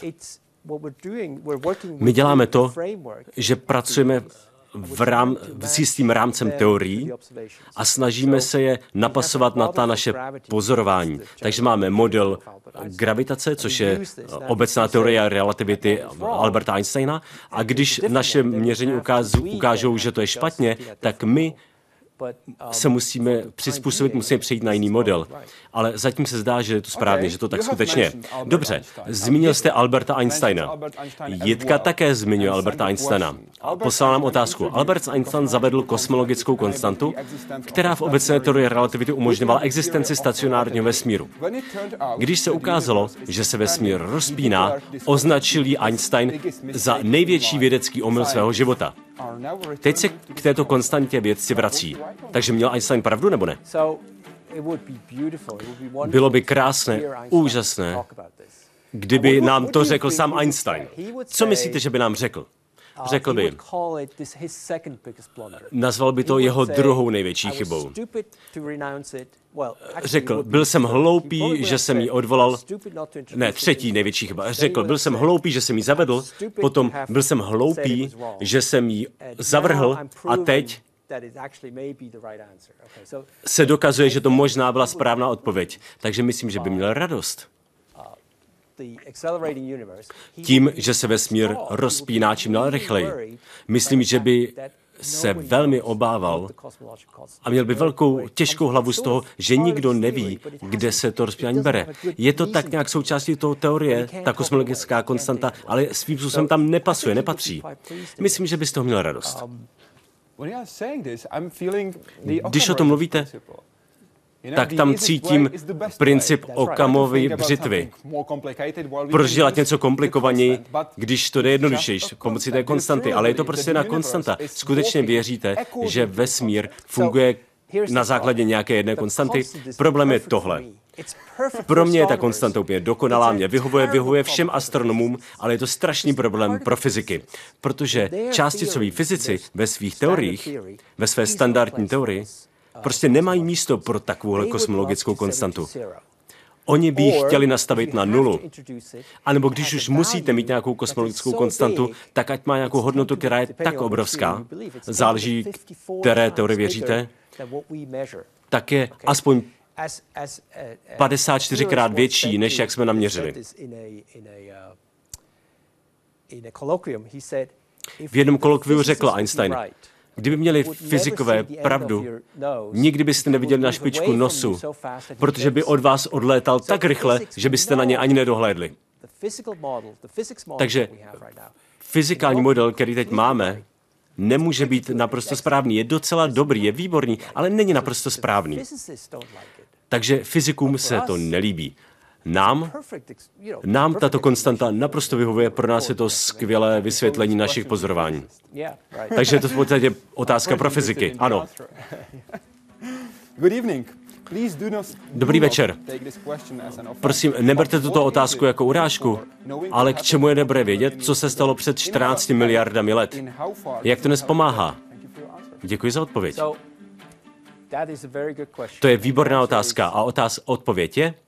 My děláme to, že pracujeme v rám, s jistým rámcem teorií a snažíme se je napasovat na ta naše pozorování. Takže máme model gravitace, což je obecná teorie relativity Alberta Einsteina, a když naše měření ukážou, že to je špatně, tak my se musíme přizpůsobit, musíme přejít na jiný model. Ale zatím se zdá, že je to správně, že to tak skutečně je. Dobře, zmínil jste Alberta Einsteina. Jitka také zmiňuje Alberta Einsteina. Poslal nám otázku. Albert Einstein zavedl kosmologickou konstantu, která v obecné teorii relativity umožňovala existenci stacionárního vesmíru. Když se ukázalo, že se vesmír rozpíná, označil ji Einstein za největší vědecký omyl svého života. Teď se k této konstantě vědci vrací. Takže měl Einstein pravdu, nebo ne? Bylo by krásné, úžasné, kdyby nám to řekl sám Einstein. Co myslíte, že by nám řekl? Řekl by, nazval by to jeho druhou největší chybou. Řekl, byl jsem hloupý, že jsem ji odvolal. Ne, třetí největší chyba. Řekl, byl jsem hloupý, že jsem ji zavedl, potom byl jsem hloupý, že jsem ji zavrhl a teď se dokazuje, že to možná byla správná odpověď. Takže myslím, že by měl radost. Tím, že se vesmír rozpíná čím dál rychleji. Myslím, že by se velmi obával a měl by velkou, těžkou hlavu z toho, že nikdo neví, kde se to rozpínání bere. Je to tak nějak součástí toho teorie, ta kosmologická konstanta, ale svým způsobem tam nepasuje, nepatří. Myslím, že by z toho měl radost. Když o tom mluvíte, tak tam cítím princip Okamovy břitvy. Proč dělat něco komplikovaněji, když to jde jednodušeji, pomocí té konstanty, ale je to prostě jedna konstanta. Skutečně věříte, že vesmír funguje na základě nějaké jedné konstanty? Problém je tohle. Pro mě je ta konstanta úplně dokonalá, mě vyhovuje, vyhovuje všem astronomům, ale je to strašný problém pro fyziky, protože částicoví fyzici ve svých teoriích, ve své standardní teorii, prostě nemají místo pro takovouhle kosmologickou konstantu. Oni by ji chtěli nastavit na nulu. A nebo když už musíte mít nějakou kosmologickou konstantu, tak ať má nějakou hodnotu, která je tak obrovská, záleží, které teorie věříte, tak je aspoň padesát čtyřikrát větší, než jak jsme naměřili. V jednom kolokviu řekl Einstein, kdyby měli fyzikové pravdu, nikdy byste neviděli na špičku nosu, protože by od vás odlétal tak rychle, že byste na ně ani nedohlédli. Takže fyzikální model, který teď máme, nemůže být naprosto správný. Je docela dobrý, je výborný, ale není naprosto správný. Takže fyzikům se to nelíbí. Nám, nám tato konstanta naprosto vyhovuje, pro nás je to skvělé vysvětlení našich pozorování. Takže je to v podstatě otázka pro fyziky. Ano. Dobrý večer. Prosím, neberte tuto otázku jako urážku, ale k čemu je dobré vědět, co se stalo před čtrnácti miliardami let? Jak to dnes pomáhá? Děkuji za odpověď. To je výborná otázka a otáz odpověď je?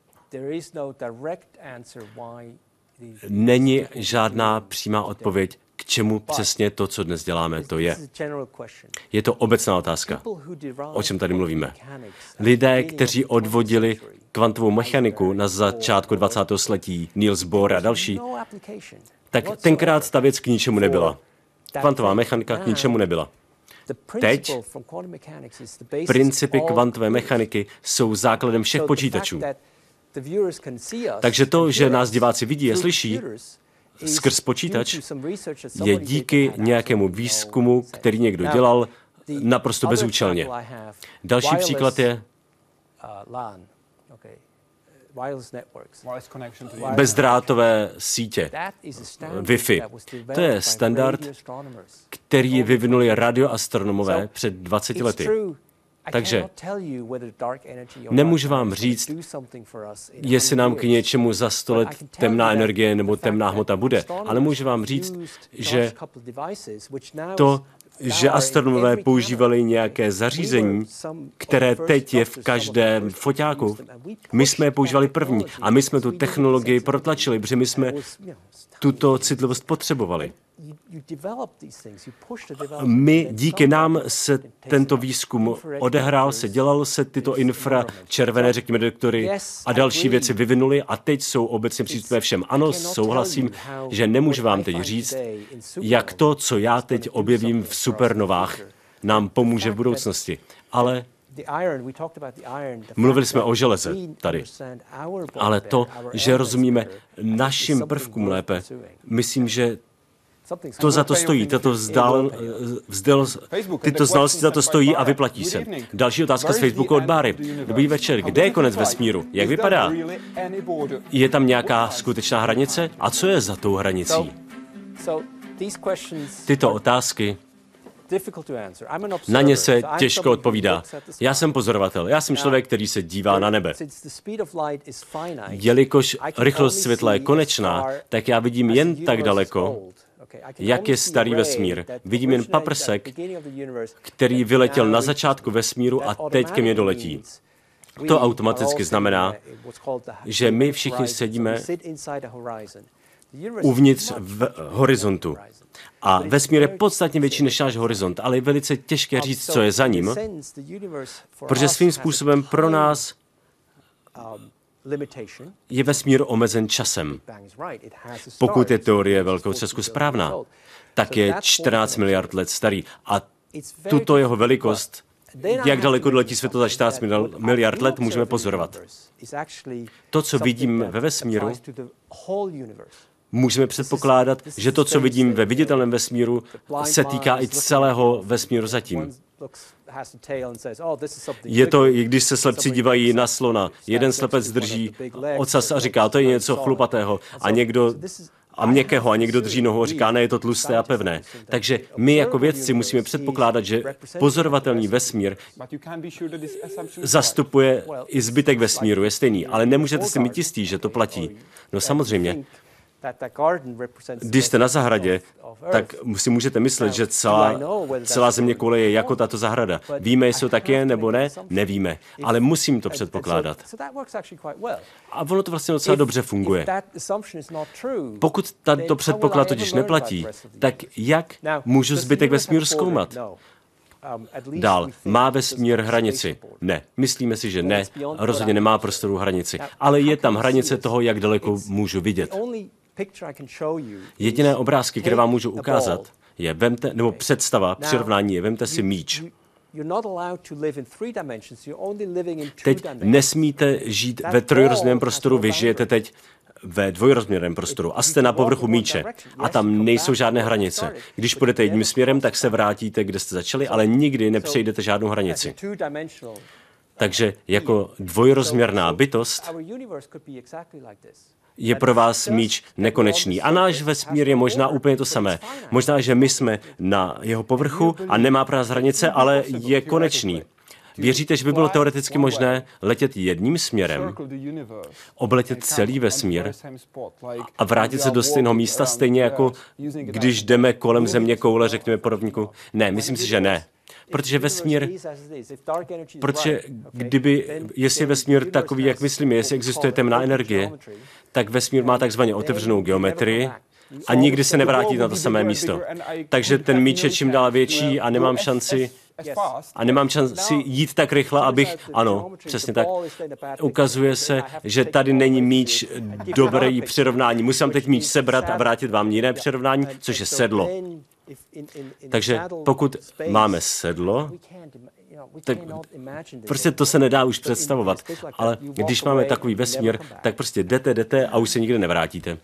Není žádná přímá odpověď, k čemu přesně to, co dnes děláme, to je. Je to obecná otázka. O čem tady mluvíme? Lidé, kteří odvodili kvantovou mechaniku na začátku dvacátého století, Niels Bohr a další, tak tenkrát ta věc k ničemu nebyla. Kvantová mechanika k ničemu nebyla. Teď principy kvantové mechaniky jsou základem všech počítačů. Takže to, že nás diváci vidí a slyší skrz počítač, je díky nějakému výzkumu, který někdo dělal naprosto bezúčelně. Další příklad je bezdrátové sítě, Wi-Fi. To je standard, který vyvinuli radioastronomové před dvaceti lety. Takže nemůžu vám říct, jestli nám k něčemu za sto let temná energie nebo temná hmota bude, ale můžu vám říct, že to, že astronomové používali nějaké zařízení, které teď je v každém foťáku, my jsme je používali první a my jsme tu technologii protlačili, protože my jsme tuto citlivost potřebovali. My, díky nám se tento výzkum odehrál, se dělal se tyto infračervené, řekněme, detektory a další věci vyvinuly a teď jsou obecně přístupné všem. Ano, souhlasím, že nemůžu vám teď říct, jak to, co já teď objevím v supernovách, nám pomůže v budoucnosti. Ale mluvili jsme o železe tady, ale to, že rozumíme našim prvkům lépe, myslím, že to za to stojí, tato vzdál, vzdal, tyto znalosti za to stojí a vyplatí se. Další otázka z Facebooku od Báry. Dobrý večer, kde je konec vesmíru? Jak vypadá? Je tam nějaká skutečná hranice? A co je za tou hranicí? Tyto otázky, na ně se těžko odpovídá. Já jsem pozorovatel, já jsem člověk, který se dívá na nebe. Jelikož rychlost světla je konečná, tak já vidím jen tak daleko, jak je starý vesmír. Vidím jen paprsek, který vyletěl na začátku vesmíru a teď ke mně doletí. To automaticky znamená, že my všichni sedíme uvnitř v horizontu. A vesmír je podstatně větší než náš horizont, ale je velice těžké říct, co je za ním, protože svým způsobem pro nás je vesmír omezen časem. Pokud je teorie velkého třesku správná, tak je čtrnáct miliard let starý. A tuto jeho velikost, jak daleko doletí světlo za čtrnáct miliard let, můžeme pozorovat. To, co vidím ve vesmíru, můžeme předpokládat, že to, co vidím ve viditelném vesmíru, se týká i celého vesmíru zatím. Je to, i když se slepci dívají na slona. Jeden slepec drží ocas a říká, to je něco chlupatého. A někdo a měkkého a někdo drží nohu a říká, ne, je to tlusté a pevné. Takže my jako vědci musíme předpokládat, že pozorovatelný vesmír zastupuje i zbytek vesmíru, je stejný, ale nemůžete si mít jistý, že to platí. No samozřejmě, když jste na zahradě, tak si můžete myslet, že celá, celá země koule je jako tato zahrada. Víme, jestli to tak je, nebo ne? Nevíme. Ale musím to předpokládat. A ono to vlastně docela dobře funguje. Pokud tento předpoklad totiž neplatí, tak jak můžu zbytek vesmíru zkoumat? Dál, má vesmír hranici? Ne. Myslíme si, že ne. Rozhodně nemá prostoru hranici. Ale je tam hranice toho, jak daleko můžu vidět. Jediné obrázky, které vám můžu ukázat, je vemte, nebo představa, přirovnání je, vemte si míč. Teď nesmíte žít ve trojrozměrném prostoru, vy žijete teď ve dvojrozměrném prostoru a jste na povrchu míče a tam nejsou žádné hranice. Když půjdete jedním směrem, tak se vrátíte, kde jste začali, ale nikdy nepřejdete žádnou hranici. Takže jako dvojrozměrná bytost je pro vás míč nekonečný. A náš vesmír je možná úplně to samé. Možná, že my jsme na jeho povrchu a nemá pro nás hranice, ale je konečný. Věříte, že by bylo teoreticky možné letět jedním směrem, obletět celý vesmír a vrátit se do stejného místa, stejně jako když jdeme kolem země koule, řekněme po rovníku? Ne, myslím si, že ne. Protože vesmír, protože kdyby, jestli je vesmír takový, jak myslíme, jestli existuje temná energie, tak vesmír má takzvaně otevřenou geometrii a nikdy se nevrátí na to samé místo. Takže ten míč je čím dál větší a nemám šanci a nemám šanci jít tak rychle, abych, ano, přesně tak, ukazuje se, že tady není míč dobrý přirovnání. Musím teď míč sebrat a vrátit vám jiné přirovnání, což je sedlo. Takže pokud máme sedlo, tak prostě to se nedá už představovat. Ale když máme takový vesmír, tak prostě jdete, jdete a už se nikdy nevrátíte.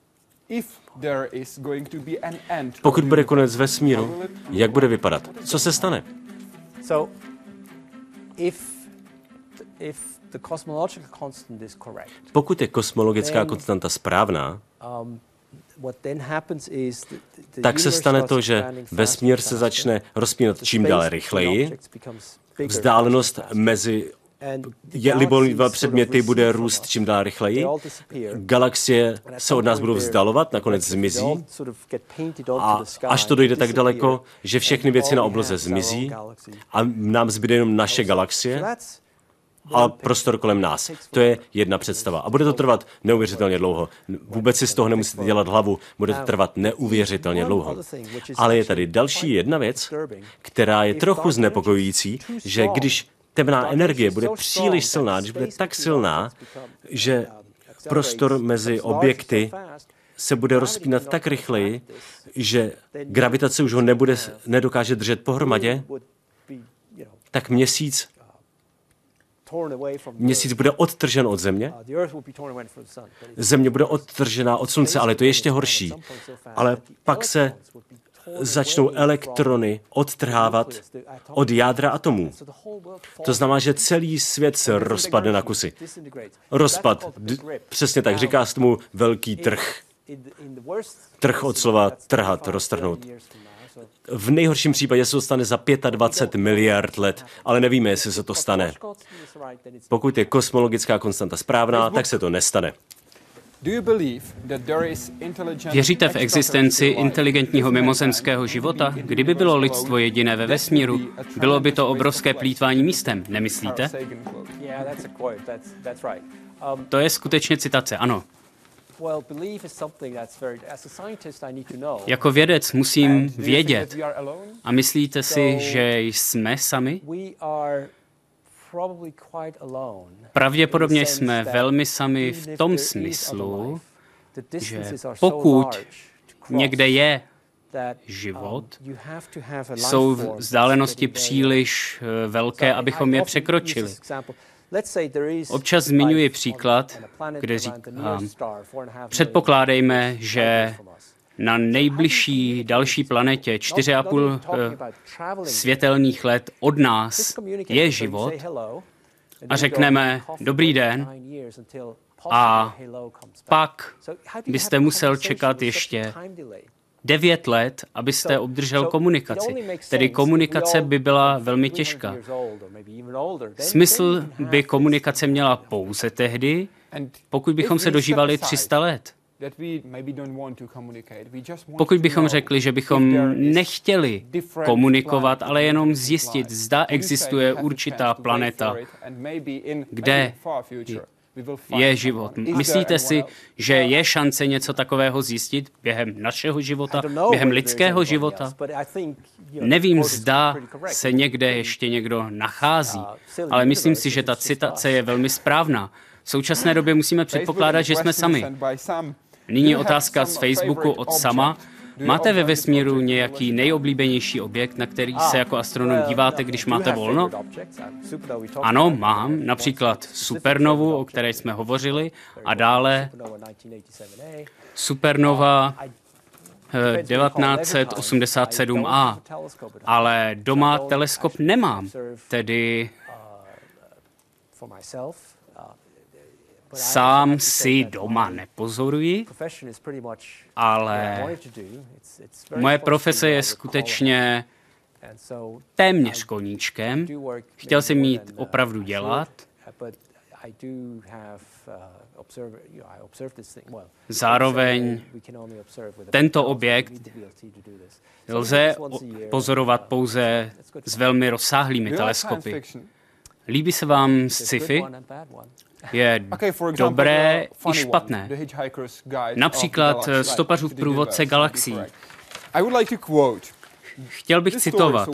Pokud bude konec vesmíru, jak bude vypadat? Co se stane? Pokud je kosmologická konstanta správná, tak se stane to, že vesmír se začne rozpínat čím dál rychleji, vzdálenost mezi libové předměty bude růst čím dál rychleji, galaxie se od nás budou vzdalovat, nakonec zmizí a až to dojde tak daleko, že všechny věci na obloze zmizí a nám zbyde jenom naše galaxie a prostor kolem nás. To je jedna představa. A bude to trvat neuvěřitelně dlouho. Vůbec si z toho nemusíte dělat hlavu, bude to trvat neuvěřitelně dlouho. Ale je tady další jedna věc, která je trochu znepokojující, že když temná energie bude příliš silná, když bude tak silná, že prostor mezi objekty se bude rozpínat tak rychleji, že gravitace už ho nebude, nedokáže držet pohromadě, tak měsíc Měsíc bude odtržen od Země, Země bude odtržená od Slunce, ale to je ještě horší. Ale pak se začnou elektrony odtrhávat od jádra atomů. To znamená, že celý svět se rozpadne na kusy. Rozpad, přesně tak, říká se tomu velký trh. Trh od slova trhat, roztrhnout. V nejhorším případě se to stane za dvacet pět miliard let, ale nevíme, jestli se to stane. Pokud je kosmologická konstanta správná, tak se to nestane. Věříte v existenci inteligentního mimozemského života? Kdyby bylo lidstvo jediné ve vesmíru, bylo by to obrovské plýtvání místem, nemyslíte? To je skutečně citace, ano. Jako vědec musím vědět. A myslíte si, že jsme sami? Pravděpodobně jsme velmi sami v tom smyslu, že pokud někde je život, jsou vzdálenosti příliš velké, abychom je překročili. Občas zmiňuji příklad, kde říkám, předpokládejme, že na nejbližší další planetě čtyři a půl světelných let od nás je život a řekneme dobrý den a pak byste musel čekat ještě devět let, abyste obdržel komunikaci. Tedy komunikace by byla velmi těžká. Smysl by komunikace měla pouze tehdy, pokud bychom se dožívali tři sta let. Pokud bychom řekli, že bychom nechtěli komunikovat, ale jenom zjistit, zda existuje určitá planeta, kde je život. Myslíte si, že je šance něco takového zjistit během našeho života, během lidského života? Nevím, zda se někde ještě někdo nachází, ale myslím si, že ta citace je velmi správná. V současné době musíme předpokládat, že jsme sami. Nyní otázka z Facebooku od Sama. Máte ve vesmíru nějaký nejoblíbenější objekt, na který se jako astronom díváte, když máte volno? Ano, mám. Například supernovu, o které jsme hovořili, a dále supernova devatenáct set osmdesát sedm A. Ale doma teleskop nemám, tedy sám si doma nepozoruji, ale moje profese je skutečně téměř koníčkem. Chtěl jsem mít opravdu dělat. Zároveň tento objekt lze pozorovat pouze s velmi rozsáhlými teleskopy. Líbí se vám sci-fi? Je dobré i špatné. Například Stopařův průvodce galaxií. Chtěl bych citovat.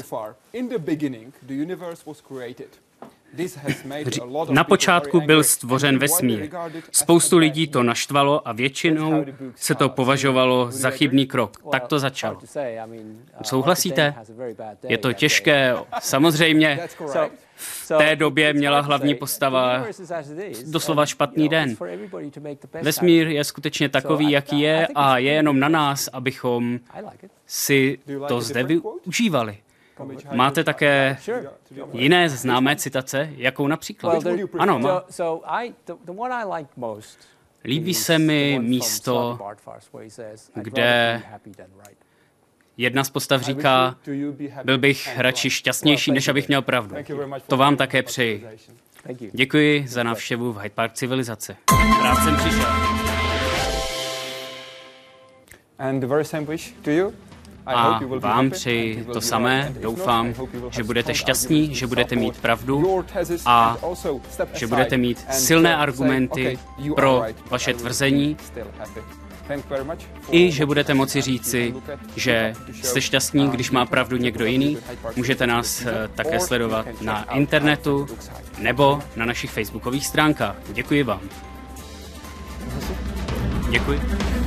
Na počátku byl stvořen vesmír. Spoustu lidí to naštvalo a většinou se to považovalo za chybný krok. Tak to začalo. Souhlasíte? Je to těžké. Samozřejmě v té době měla hlavní postava doslova špatný den. Vesmír je skutečně takový, jaký je, a je jenom na nás, abychom si to zde využívali. Máte také jiné známé citace, jakou například? Ano, má. Líbí se mi místo, kde jedna z postav říká, byl bych radši šťastnější, než abych měl pravdu. To vám také přeji. Děkuji za návštěvu v Hyde Park civilizace. Rád jsem přišel. And the very same wish to you. A vám přeji to samé. Doufám, že budete šťastní, že budete mít pravdu a že budete mít silné argumenty pro vaše tvrzení i že budete moci říci, že jste šťastní, když má pravdu někdo jiný. Můžete nás také sledovat na internetu nebo na našich facebookových stránkách. Děkuji vám. Děkuji.